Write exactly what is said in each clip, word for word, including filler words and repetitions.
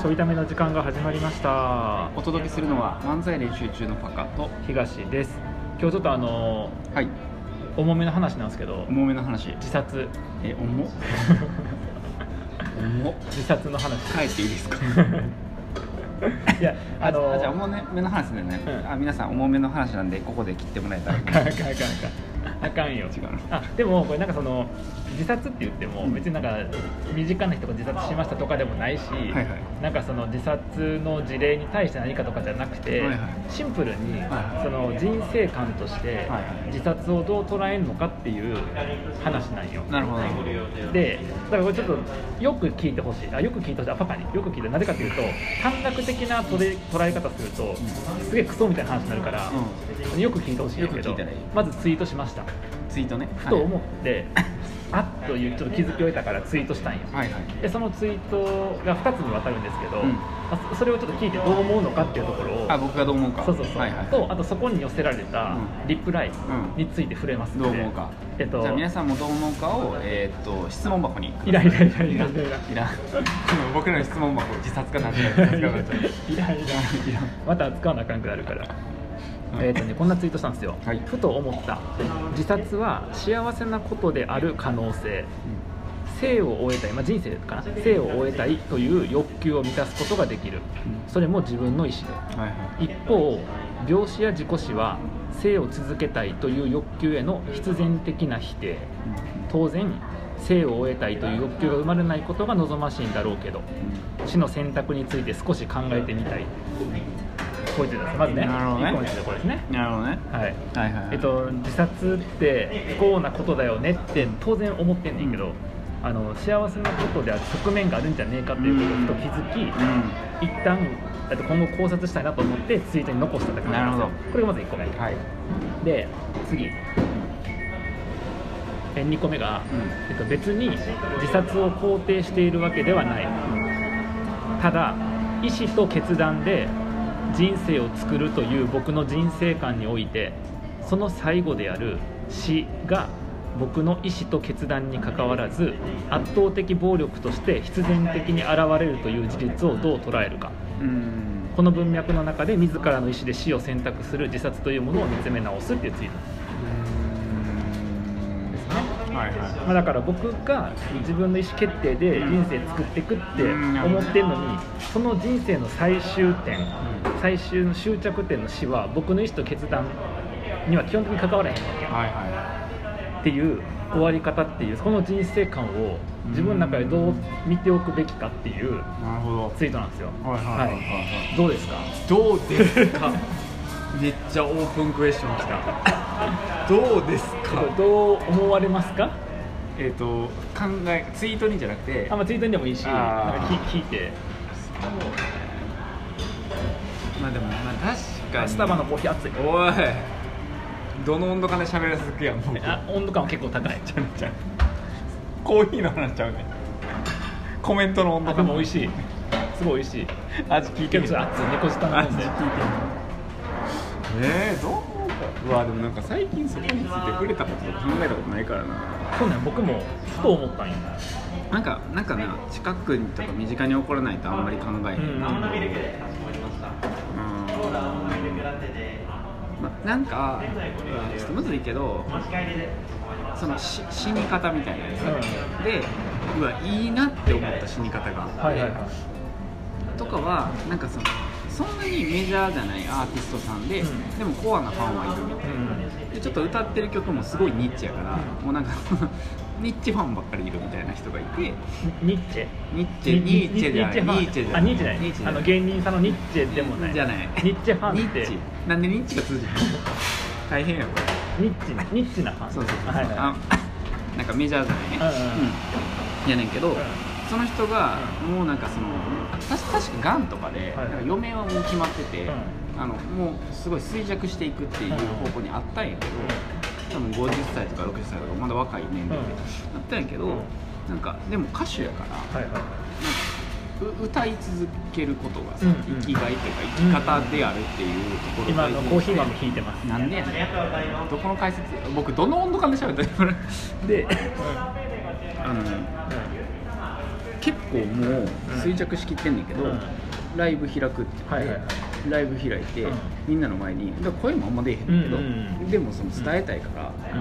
ちょいための時間が始まりました。 お届けするのは漫才練習中のパカと東です。今日ちょっとあのー、 はい重めの話なんですけど、 重めの話、 自殺え重っ重っ自殺の話帰っていいですかいやあのー、 あじゃあ重めの話でね、うん、あ皆さん重めの話なんでここで切ってもらえたらあかんあかんあかんあかんよ。 違うの。 あでもこれなんかその自殺って言っても、うん、別になんか身近な人が自殺しましたとかでもないし、はいはい、なんかその自殺の事例に対して何かとかじゃなくて、はいはい、シンプルに、はいはい、その人生観として自殺をどう捉えるのかっていう話なんよ。 なるほど。 でだからこれちょっとよく聞いてほしい。あよく聞いてほしい。あパパによく聞いて。なぜかというと短絡的な捉え方すると、うん、すげえクソみたいな話になるから、うん、よく聞いてほしいんだけど、まずツイートしました。 ツイートね、 ふと思って、はい、あっというちょっと気づきを得たからツイートしたんよ、はいはい、でそのツイートがふたつにわたるんですけど、うん、それをちょっと聞いてどう思うのかっていうところを、 あ僕がどう思うか、 そうそうそう、はいはい、とあとそこに寄せられたリプライについて触れますので、 うん、どう思うか、えっと、じゃあ皆さんもどう思うかを、えー、っと質問箱にいらいらいらいらいらいら僕らの質問箱自殺かなんてやついらいらいらまた使わなあかんくなるからえーとね、こんなツイートしたんですよ、はい、ふと思った。自殺は幸せなことである可能性、うん、生を終えたい、まあ、人生かな、生を終えたいという欲求を満たすことができる、うん、それも自分の意思で、はいはい、一方病死や事故死は生を続けたいという欲求への必然的な否定、うん、当然生を終えたいという欲求が生まれないことが望ましいんだろうけど、うん、死の選択について少し考えてみたい。こういうです。まずね、いっこめですね、これですね。 なるほどね。 はい。はいはいはい。えっと自殺って不幸なことだよねって当然思ってんねんけど、うん、あの幸せなことである側面があるんじゃねえかっていうことをふと気づき、うん、一旦今後考察したいなと思ってツイートに残しただけなんですよ。これがまずいっこめ。はい。で次。えにこめが、うんえっと、別に自殺を肯定しているわけではない。うん、ただ意思と決断で人生を作るという僕の人生観においてその最後である死が僕の意思と決断にかかわらず圧倒的暴力として必然的に現れるという事実をどう捉えるか。うーんこの文脈の中で自らの意思で死を選択する自殺というものを見つめ直すっていうツイートですね。はいはいまあ、だから僕が自分の意思決定で人生作っていくって思ってるのにその人生の最終点最終の終着点の死は僕の意思と決断には基本的に関わらへんわけ、はいはい、っていう終わり方っていうこの人生観を自分の中でどう見ておくべきかっていうツイートなんですよ。はいはいはいはい、どうですかどうですかめっちゃオープンクエスチョンきたどうですかどう思われますか。 えっ、ー、と考えツイートにじゃなくてあ、まあ、ツイートにでもいいしなんか聞いてまあでもまあ確かにスタバのコーヒー熱い。 おいどの温度感で喋らせてくやん。 あ温度感は結構高いちゃうちゃうコーヒーの話ちゃうねコメントの温度感でも美味しいすごい美味しい味聞いてる熱い猫舌の飲んで味聞いてるえー、どううわでもなんか最近そこについて触れたこととか考えたことないからな。 そうね僕もふと思ったんよ。 なんかなんかな近くにとか身近に起こらないとあんまり考えへんな、うんうんまあ、なんかちょっとむずいけどそのし死に方みたいなやつ、うん、でうわいいなって思った死に方があって、はいはいはい、とかはなんかそのそんなにメジャーじゃないアーティストさんで、うん、でもコアなファンはいるみたいな、うん、でちょっと歌ってる曲もすごいニッチやから、うん、もうなんかニッチファンばっかりいるみたいな人がいてニッチェニッチェニッチェじゃないニッチェじゃないニッチェじゃないあの芸人さんのニッチェでもないじゃないニッチェファンってニッチなんでニッチが通じるの大変やこれニッチなニッチなファンそうそうそう、 はいはい、 あなんかメジャーじゃないね、うんうんうん、やねんけど、うん、その人がもうなんかその確かがんとかで、はい、なんか余命はもう決まってて、うん、あのもうすごい衰弱していくっていう方向にあったんやけど、多分ごじゅっさいとかろくじゅっさいとかまだ若い年齢で、うん、あったんやけど、なんかでも歌手やから、はいはい、なんか歌い続けることがさ、うんうん、生きがいというか生き方であるっていうところ、 今のコーヒー豆引いてます。 なんでやねんどこの解説僕どの温度感で喋ったので、うん、 結構もう衰弱しきってんねんけど、うん、ライブ開くって言って、はいはいはい、ライブ開いて、うん、みんなの前にだから声もあんま出えへんねんけど、うんうん、でもその伝えたいから、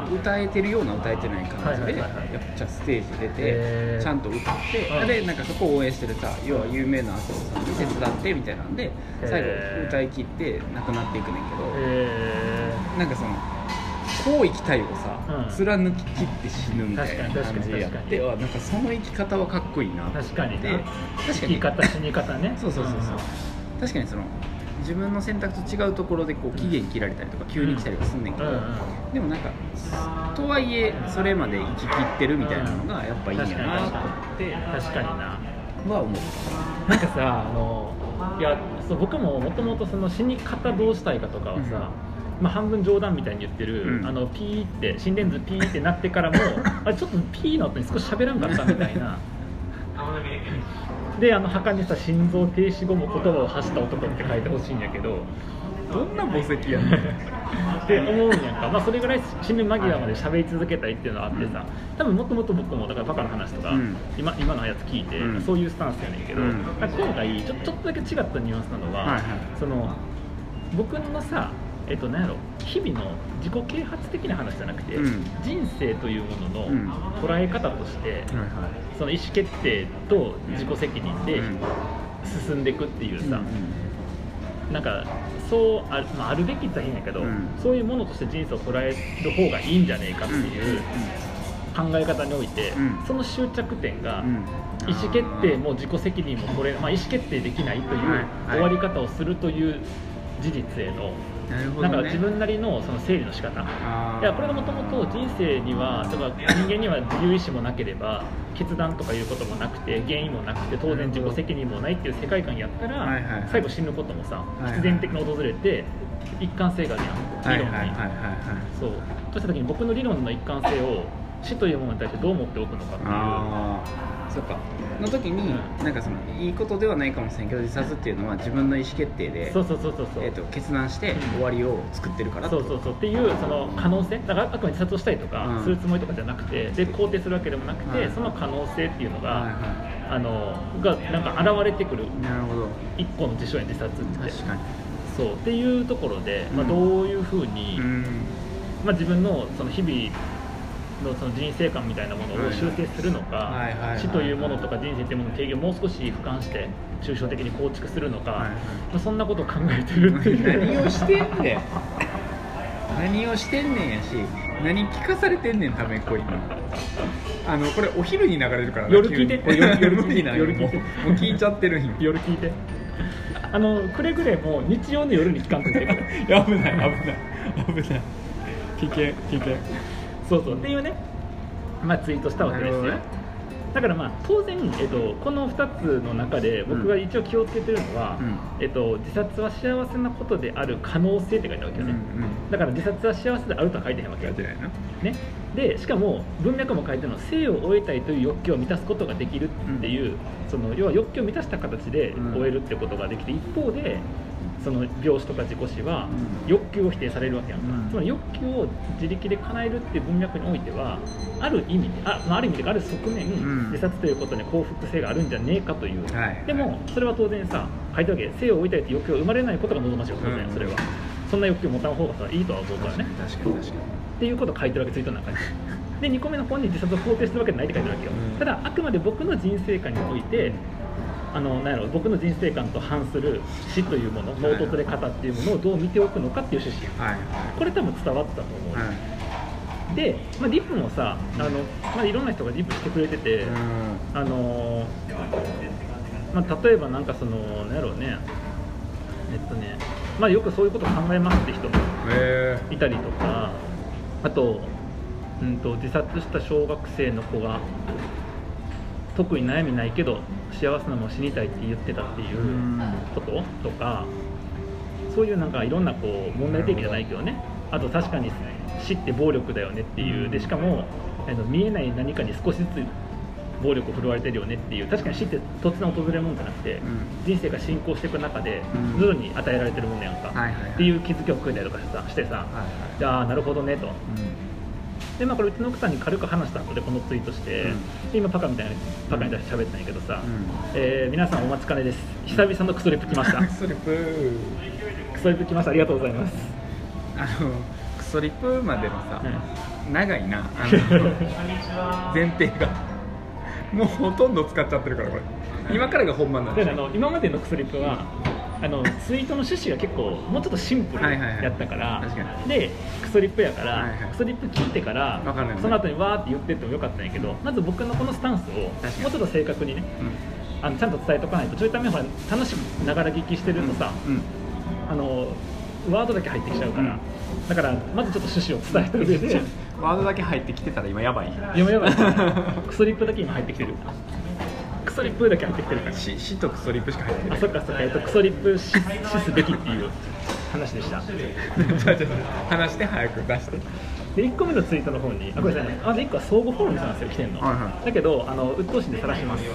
うん、歌えてるような歌えてない感じで、やっぱステージ出てちゃんと歌って、うん、でなんかそこを応援してるさ要は有名なアーティストさんに手伝ってみたいなんで最後歌い切って亡くなっていくねんけど、なんかそのこう生きたいをさ、うん、貫き切って死ぬみたいな感じでやってはなんかその生き方はかっこいいな確かにね生き方死に方ねそうそうそうそう、うん、確かにその自分の選択と違うところでこう期限切られたりとか急に来たりはすんねんけど、うんうん、でもなんかとはいえそれまで生き切ってるみたいなのがやっぱいいんやなと思って確かになは思ったなんかさあのいやそう僕ももともとその死に方どうしたいかとかはさ、うんまあ、半分冗談みたいに言ってる、うん、あのピーって心電図ピーってなってからもあれちょっとピーの後に少し喋らんかったみたいなであの墓にさ心臓停止後も言葉を発した男って書いてほしいんやけどどんな墓石やねんって思うんやんか、まあ、それぐらい死ぬ間際まで喋り続けたいっていうのはあってさ、多分もともと僕もだからバカの話とか、うん、今, 今のやつ聞いて、うん、そういうスタンスやねんけど、うん、今回ちょ, ちょっとだけ違ったニュアンスなのは、はいはい、その僕のさえっと、何やろ日々の自己啓発的な話じゃなくて、うん、人生というものの捉え方として、うん、その意思決定と自己責任で進んでいくっていうさ、うん、なんかそうある、まあ、あるべきって変やけど、うん、そういうものとして人生を捉える方がいいんじゃねえかっていう考え方において、うん、その終着点が、意思決定も自己責任もこれ、まあ、意思決定できないという終わり方をするという事実へのなるほどね、なんか自分なり の, その整理の仕方いやこれがもともと人生にはとか人間には自由意志もなければ決断とかいうこともなくて原因もなくて当然自己責任もないっていう世界観やったら、はいはいはい、最後死ぬこともさ必然的に訪れて一貫性があるやん理論にそうとした時に僕の理論の一貫性を死というものに対してどう思っておくのかっていうあそうかの時に、うん、なんかそのいいことではないかもしれんけど自殺っていうのは自分の意思決定でそうそうそうそう、 えー、と決断して終わりを作ってるから、 うん、そうそうそうっていうその可能性だからあくまで自殺をしたいとか、うん、するつもりとかじゃなくてで肯定するわけでもなくて、はい、その可能性っていうのが、はいはい、あのがなんか現れてくる一個の事象や自殺って確かにそうっていうところで、まあ、どういうふうに、うんまあ、自分のその日々のその人生観みたいなものを修正するのか、死というものとか人生というものの定義をもう少し俯瞰して抽象的に構築するのか、はいはいまあ、そんなことを考えてるっていう何をしてんねん何をしてんねんやし何聞かされてんねんためっこ今あのこれお昼に流れるからな夜聞いてこれ夜夜聞いて夜聞いてもう聞いちゃってるんよ夜聞いてあのくれぐれも日曜の夜に聞かんといていや危ない危ない危ない危険危険そうそうっていうね、まあ、ツイートしたわけですよ、ね、だからまあ当然、えっと、このふたつの中で僕が一応気をつけてるのは、うんえっと、自殺は幸せなことである可能性って書いてあるわけよね、うんうん、だから自殺は幸せであるとは書いてへんわけよ、ね、でしかも文脈も書いてるのは生を終えたいという欲求を満たすことができるっていう、うん、その要は欲求を満たした形で終えるってことができて、一方でその病死とか自己死は欲求を否定されるわけやんか、うん、つまり欲求を自力で叶えるっていう文脈においてはある意味で あ, ある意味である側面、うん、自殺ということに幸福性があるんじゃねえかという、はい、でもそれは当然さ書いてるわけ生を追いたいという欲求が生まれないことが望ましいわけ当然、それはそんな欲求を持たん方がいいとは思うからね確かに確かにっていうことを書いてるわけツイートの中にでにこめの本に自殺を肯定してるわけじゃないって書いてるわけよ、うん、ただあくまで僕の人生観においてあのなんやろ僕の人生観と反する死というもの、脳突れ方っていうものをどう見ておくのかっていう趣旨、はいはい、これ多分伝わってたと思う、はい、で、まあ、リップもさあの、まあ、いろんな人がリップしてくれてて、うん、あのまあ、例えばなんかそのなんやろうねえっとね、まあ、よくそういうことを考えますって人もいたりとか、あと、うんと自殺した小学生の子が特に悩みないけど幸せなのを死にたいって言ってたっていうこととか、そういうなんかいろんなこう問題提起じゃないけどね、あと確かに死って暴力だよねっていう、でしかもあの見えない何かに少しずつ暴力を振るわれてるよねっていう、確かに死って突然訪れるもんじゃなくて、うん、人生が進行していく中で徐々に与えられてるものやんか、うん、っていう気づきをくれたりとかさしてさ、はいはい、ああなるほどねと、うん、 で、まあ、これうちの奥さんに軽く話したのでこのツイートして、うん、で今パカみたいなパカに出して喋ったんやけどさ、うん、えー、皆さんお待ちかねです。久々のクソリップ来ましたクソリップクソリップ来ました。ありがとうございます。 あのクソリップまでのさ、うん、長いなあの前提がもうほとんど使っちゃってるからこれ今からが本番なんで、 あの今までのクソリップはあのツイートの趣旨が結構もうちょっとシンプルやったから、でクソリップやから、はいはい、クソリップ聞いてからその後にわーって言ってってもよかったんやけど、まず僕のこのスタンスをもうちょっと正確にね、うん、あのちゃんと伝えとかないとちょいためほら楽しくながら聞きしてるとさ、うんうん、あのワードだけ入ってきちゃうから、うん、だからまずちょっと趣旨を伝えた上でワードだけ入ってきてたら今やばい今やばいクソリップだけ今入ってきてるクソリップだけ入ってきてるからししとクソリップしか入ってない。 あ、そっかそっか、えっと、クソリップ し, しすべきっていう話でした話して早く出してでいっこめのツイートの方に、あ、これね、まずいっこは相互フォローなんですよ、来てんの、はいはい、だけど、あの鬱陶しいんで晒します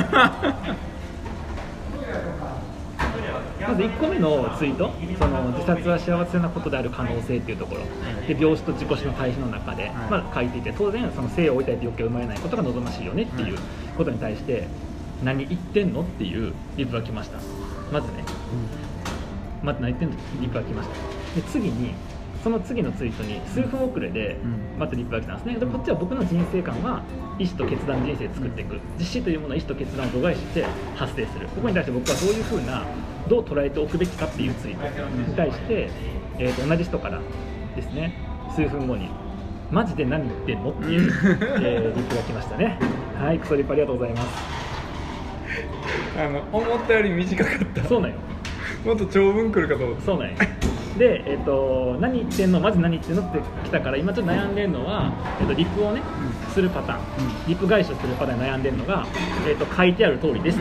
まずいっこめのツイート、その自殺は幸せなことである可能性っていうところで、病死と自己死の対比の中で、まあ、書いていて、当然その生を置いたりと欲求を生まれないことが望ましいよねっていうことに対して、何言ってんのっていうリプが来ました。まずね、うん、まず何言ってんのってリプが来ました。で次にその次のツイートに数分遅れでまたリップが来たんですね。でこっちは僕の人生観は意思と決断人生を作っていく、実施というものは意思と決断を度外視して発生する、ここに対して僕はどういうふうなどう捉えておくべきかっていうツイートに対して、えー、と同じ人からですね、数分後にマジで何言ってんのっていう、えー、リップが来ましたね。はい、クソリップありがとうございます。 あの思ったより短かった。 そうなんよ、 もっと長文来るかと思った。 そうなんよで、えー、と何言ってんのマジ何言ってんのって来たから、今ちょっと悩んでるのは、えー、とリップをね、うん、するパターン、うん、リップ返しをするパターンで悩んでるのが、えー、と書いてある通りです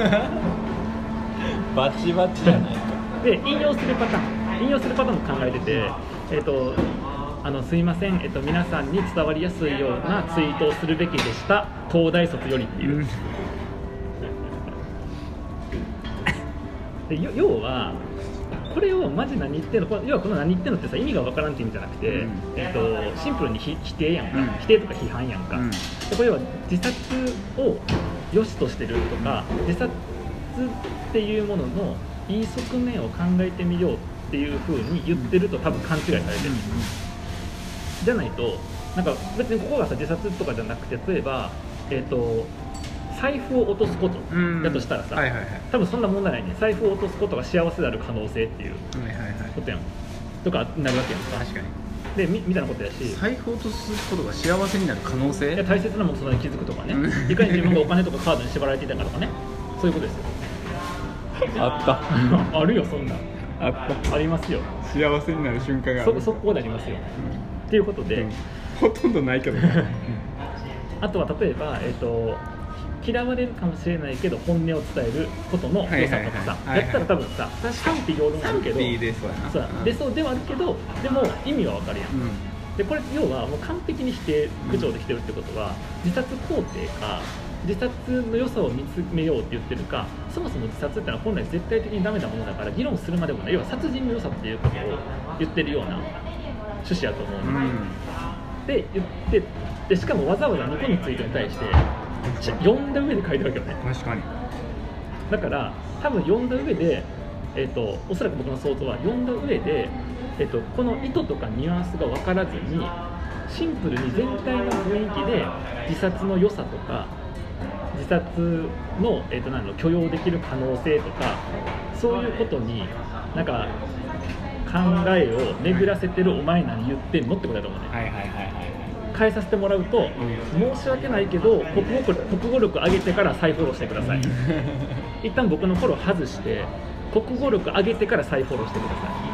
バチバチじゃないかで引用するパターン引用するパターンも考えてて、えー、とあのすいません、えー、と皆さんに伝わりやすいようなツイートをするべきでした、東大卒よりっていう、うんで要はこれをマジ何言ってんの、要はこの何言ってんのってさ、意味がわからんって意味じゃなくて、うん、えっと、シンプルに否定やんか、うん、否定とか批判やんか、うん、でこれは自殺を良しとしてるとか、自殺っていうもののいい側面を考えてみようっていう風に言ってると多分勘違いされてる、うん、じゃないと、なんか別にここがさ自殺とかじゃなくて、例えばえっと財布を落とすことだとしたらさ、はいはいはい、多分そんな問題ないね。財布を落とすことが幸せである可能性っていうことやん、はいはいはい、とかなるわけやんか。確かにで み, みたいなことやし、 財布を落とすことが幸せになる可能性、 いや大切なものそのに気づくとかねいかに自分がお金とかカードに縛られていたかとかね、そういうことですよあったあるよ、そんなあったありますよ、 幸せになる瞬間がある、 そそこでありますよ、うん、っていうことで、うん、 ほとんどないけどねあとは例えば、えーと嫌われるかもしれないけど本音を伝えることの良さとかさ、やったら多分さ、賛否両論あるけど、そう出そうではあるけど、でも意味は分かるやん、うん、でこれ要はもう完璧に否定口調で来てるってことは、自殺肯定か自殺の良さを見つめようって言ってるか、そもそも自殺ってのは本来絶対的にダメなものだから議論するまでもない、要は殺人の良さっていうことを言ってるような趣旨やと思うの、うん、で言ってでしかもわざわざにこのツイートに対して読んだ上で書いてるわけよね。 確かに。 だから多分読んだ上で、えーと、おそらく僕の想像は読んだ上で、えーと、この意図とかニュアンスが分からずにシンプルに全体の雰囲気で自殺の良さとか自殺の、えーと、なんの許容できる可能性とかそういうことになんか考えを巡らせてるお前何言ってんのってことだと思うね。 はいはいはいはい。 変えさせてもらうと、申し訳ないけど国語力、国語力上げてから再フォローしてください一旦僕のフォロー外して国語力上げてから再フォローしてくださ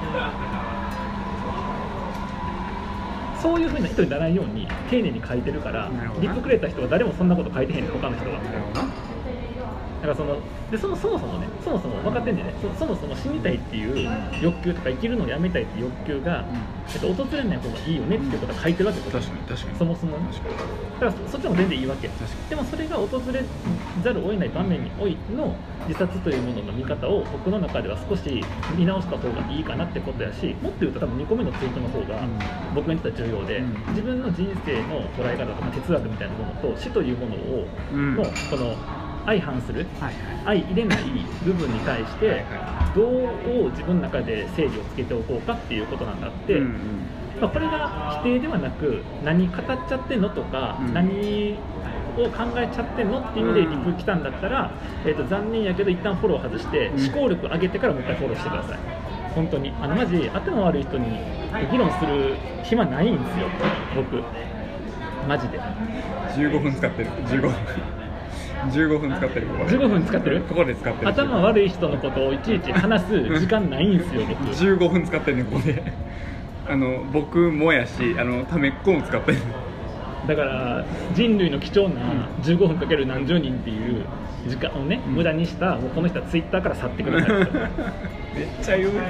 い。そういう風な人にならないように丁寧に書いてるから、リップくれた人は誰もそんなこと書いてへんねん、他の人は。 だからそのでそのそもそもねそもそも分かってんじゃない、そ, そもそも死にたいっていう欲求とか生きるのをやめたいっていう欲求が、えっと、訪れない方がいいよねっていうことは書いてるわけです、 確かに確かにそもそもね。だからそっちも全然いいわけ。でもそれが訪れざるを得ない場面においての自殺というものの見方を僕の中では少し見直した方がいいかなってことやし、もっと言うと多分にこめのツイートの方が僕にとっては重要で、うん、自分の人生の捉え方とか哲学みたいなものと死というものを、うん、のこの相反する、はいはい、相入れない部分に対してどう自分の中で整理をつけておこうかっていうことなんだって、うんうん、まあ、これが否定ではなく何語っちゃってんのとか、うん、何を考えちゃってんのっていう意味でリプ来たんだったら、えーと残念やけど一旦フォロー外して思考力上げてからもう一回フォローしてください。本当にあのマジ頭悪い人に議論する暇ないんですよ僕マジで。 じゅうごふん使ってるじゅうごふんじゅうごふん使ってるここでじゅうごふん使ってるここで使ってる。 頭悪い人のことをいちいち話す時間ないんですよ僕じゅうごふん使ってるねここであの僕もやしあのためっこも使ってる。 だから人類の貴重なじゅうごふんかける何十人っていう時間をね、うん、無駄にしたもうこの人はツイッターから去ってくださいめっちゃ言うな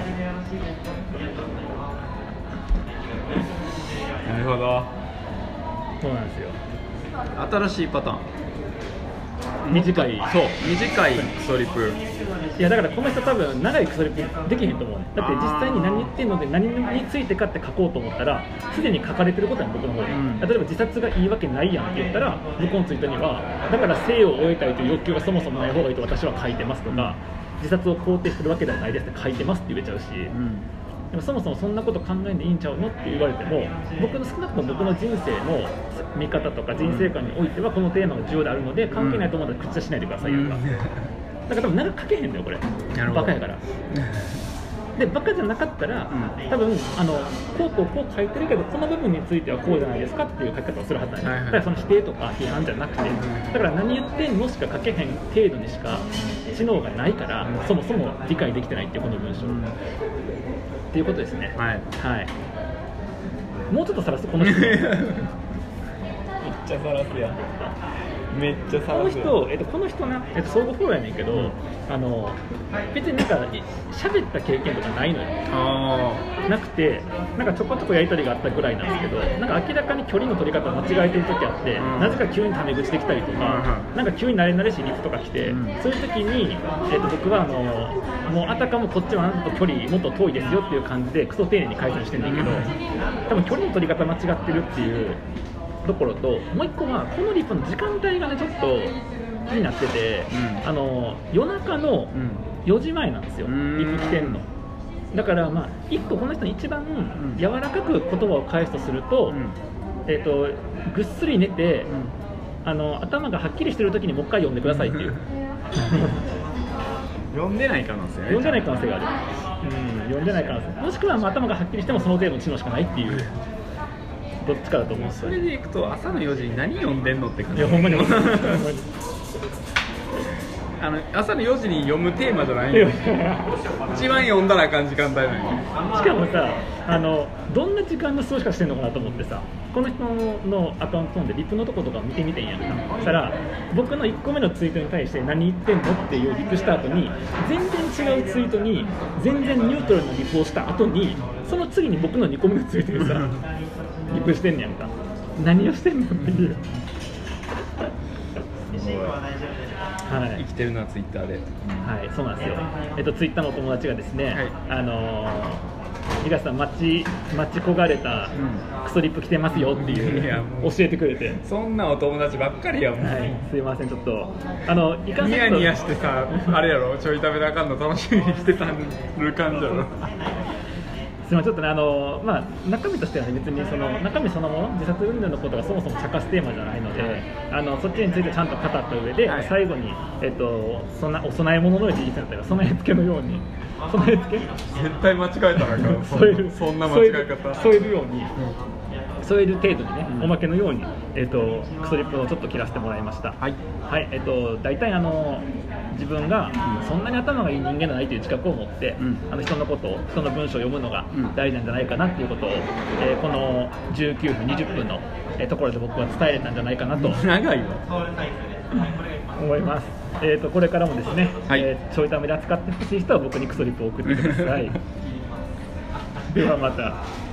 るほど。 そうなんですよ。 新しいパターン短い、 そう短いクソリプ。 いやだからこの人多分長いクソリプできへんと思うね。だって実際に何言ってんので何についてかって書こうと思ったらすでに書かれてることやん僕の方で、うん、例えば自殺がいいわけないやんって言ったら向こうのツイートにはだから生を終えたいという欲求がそもそもない方がいいと私は書いてますとか、うん、自殺を肯定してるわけではないですって書いてますって言えちゃうし、うん、でもそもそもそんなこと考えんでいいんちゃうのって言われても僕の少なくとも僕の人生の見方とか人生観においてはこのテーマが重要であるので関係ないと思ったら口出しないでくださいよとか、うん、だから多分長く書けへんだよこれバカやからでバカじゃなかったら、うん、多分あのこうとこう書いてるけどこの部分についてはこうじゃないですかっていう書き方をするはずなんです、はいはい、だからその否定とか批判じゃなくてだから何言ってんのしか書けへん程度にしか知能がないから、うん、そもそも理解できてないっていうこの文章、うん、っていうことですね。はい、はい、もうちょっとさらすこの人めっちゃさらすやんめっちゃこの人、えっと、この人な、えっと、相互フォローやねんけど、うん、あの別になんか喋った経験とかないのよ。あなくてなんかちょこちょこやり取りがあったぐらいなんですけどなんか明らかに距離の取り方を間違えてる時あって、うん、なぜか急にタメ口できたりとか、うん、なんか急に慣れ慣れしいリプとか来て、うん、そういう時に、えっと、僕はあのもうあたかもこっちはあなたと距離もっと遠いですよっていう感じでクソ丁寧に解説してんねんけど多分距離の取り方間違ってるっていうところともう一個はこのリプの時間帯がねちょっと気になってて、うん、あの夜中のよじまえなんですよ、うん、リプ来てんのだからまあ一個この人に一番柔らかく言葉を返すとすると、うん、えーとぐっすり寝て、うん、あの頭がはっきりしてる時にもう一回読んでくださいっていう読んでない可能性読んでない可能性がある、うん、読んでない可能性もしくはまあ頭がはっきりしてもその程度の知能しかないっていうどっちかだと思う。 それでいくと朝のよじに何読んでんのって感じ。 いやほんまにあの朝のよじに読むテーマじゃないよ一番読んだらあかん時間帯なのにしかもさあのどんな時間の過ごし方してんのかなと思ってさこの人のアカウントでリプのとことか見てみてんやんかそしたら僕のいっこめのツイートに対して何言ってんのっていうリプした後に全然違うツイートに全然ニュートラルなリプをした後にその次に僕のにこめのツイートにさリプしてんねやんか何をしてんのっていうはい、生きてるのはツイッターで、 はいそうなんですよ。えっとツイッターのお友達がですね、はい、あのー、東さん待ち待ち焦がれたクソリップ来てますよっていう、うん、いや教えてくれてそんなお友達ばっかりやもん、 はい、すいませんちょっとあのいかんせんニヤニヤしてさあれやろちょい食べなあかんの楽しみにしてたる感じやろすみませんちょっとねあの、まあ、中身としては、ね、別にその中身そのもの自殺云々のことがそもそも茶化すテーマじゃないので、はい、あのそっちについてちゃんと語った上で、はい、最後に、えっと、そんなお供え物のように言いたら備え付けのように備え付け絶対間違えたらあかん添えるそんな間違え方添えるように、うん添える程度にね、うん、おまけのように、えー、とクソリップをちょっと切らせてもらいました。はい、はい、えー、と大体あの自分がそんなに頭がいい人間じゃないという自覚を持って、うん、あの人のことを人の文章を読むのが大事なんじゃないかなっていうことを、えー、このじゅうきゅうふんにじゅっぷんの、えー、ところで僕は伝えれたんじゃないかなと。 長いわ思います。えーとこれからもですね、 はい、 えー、ちょいためで扱ってほしい人は僕にクソリップを送ってください。ではまた。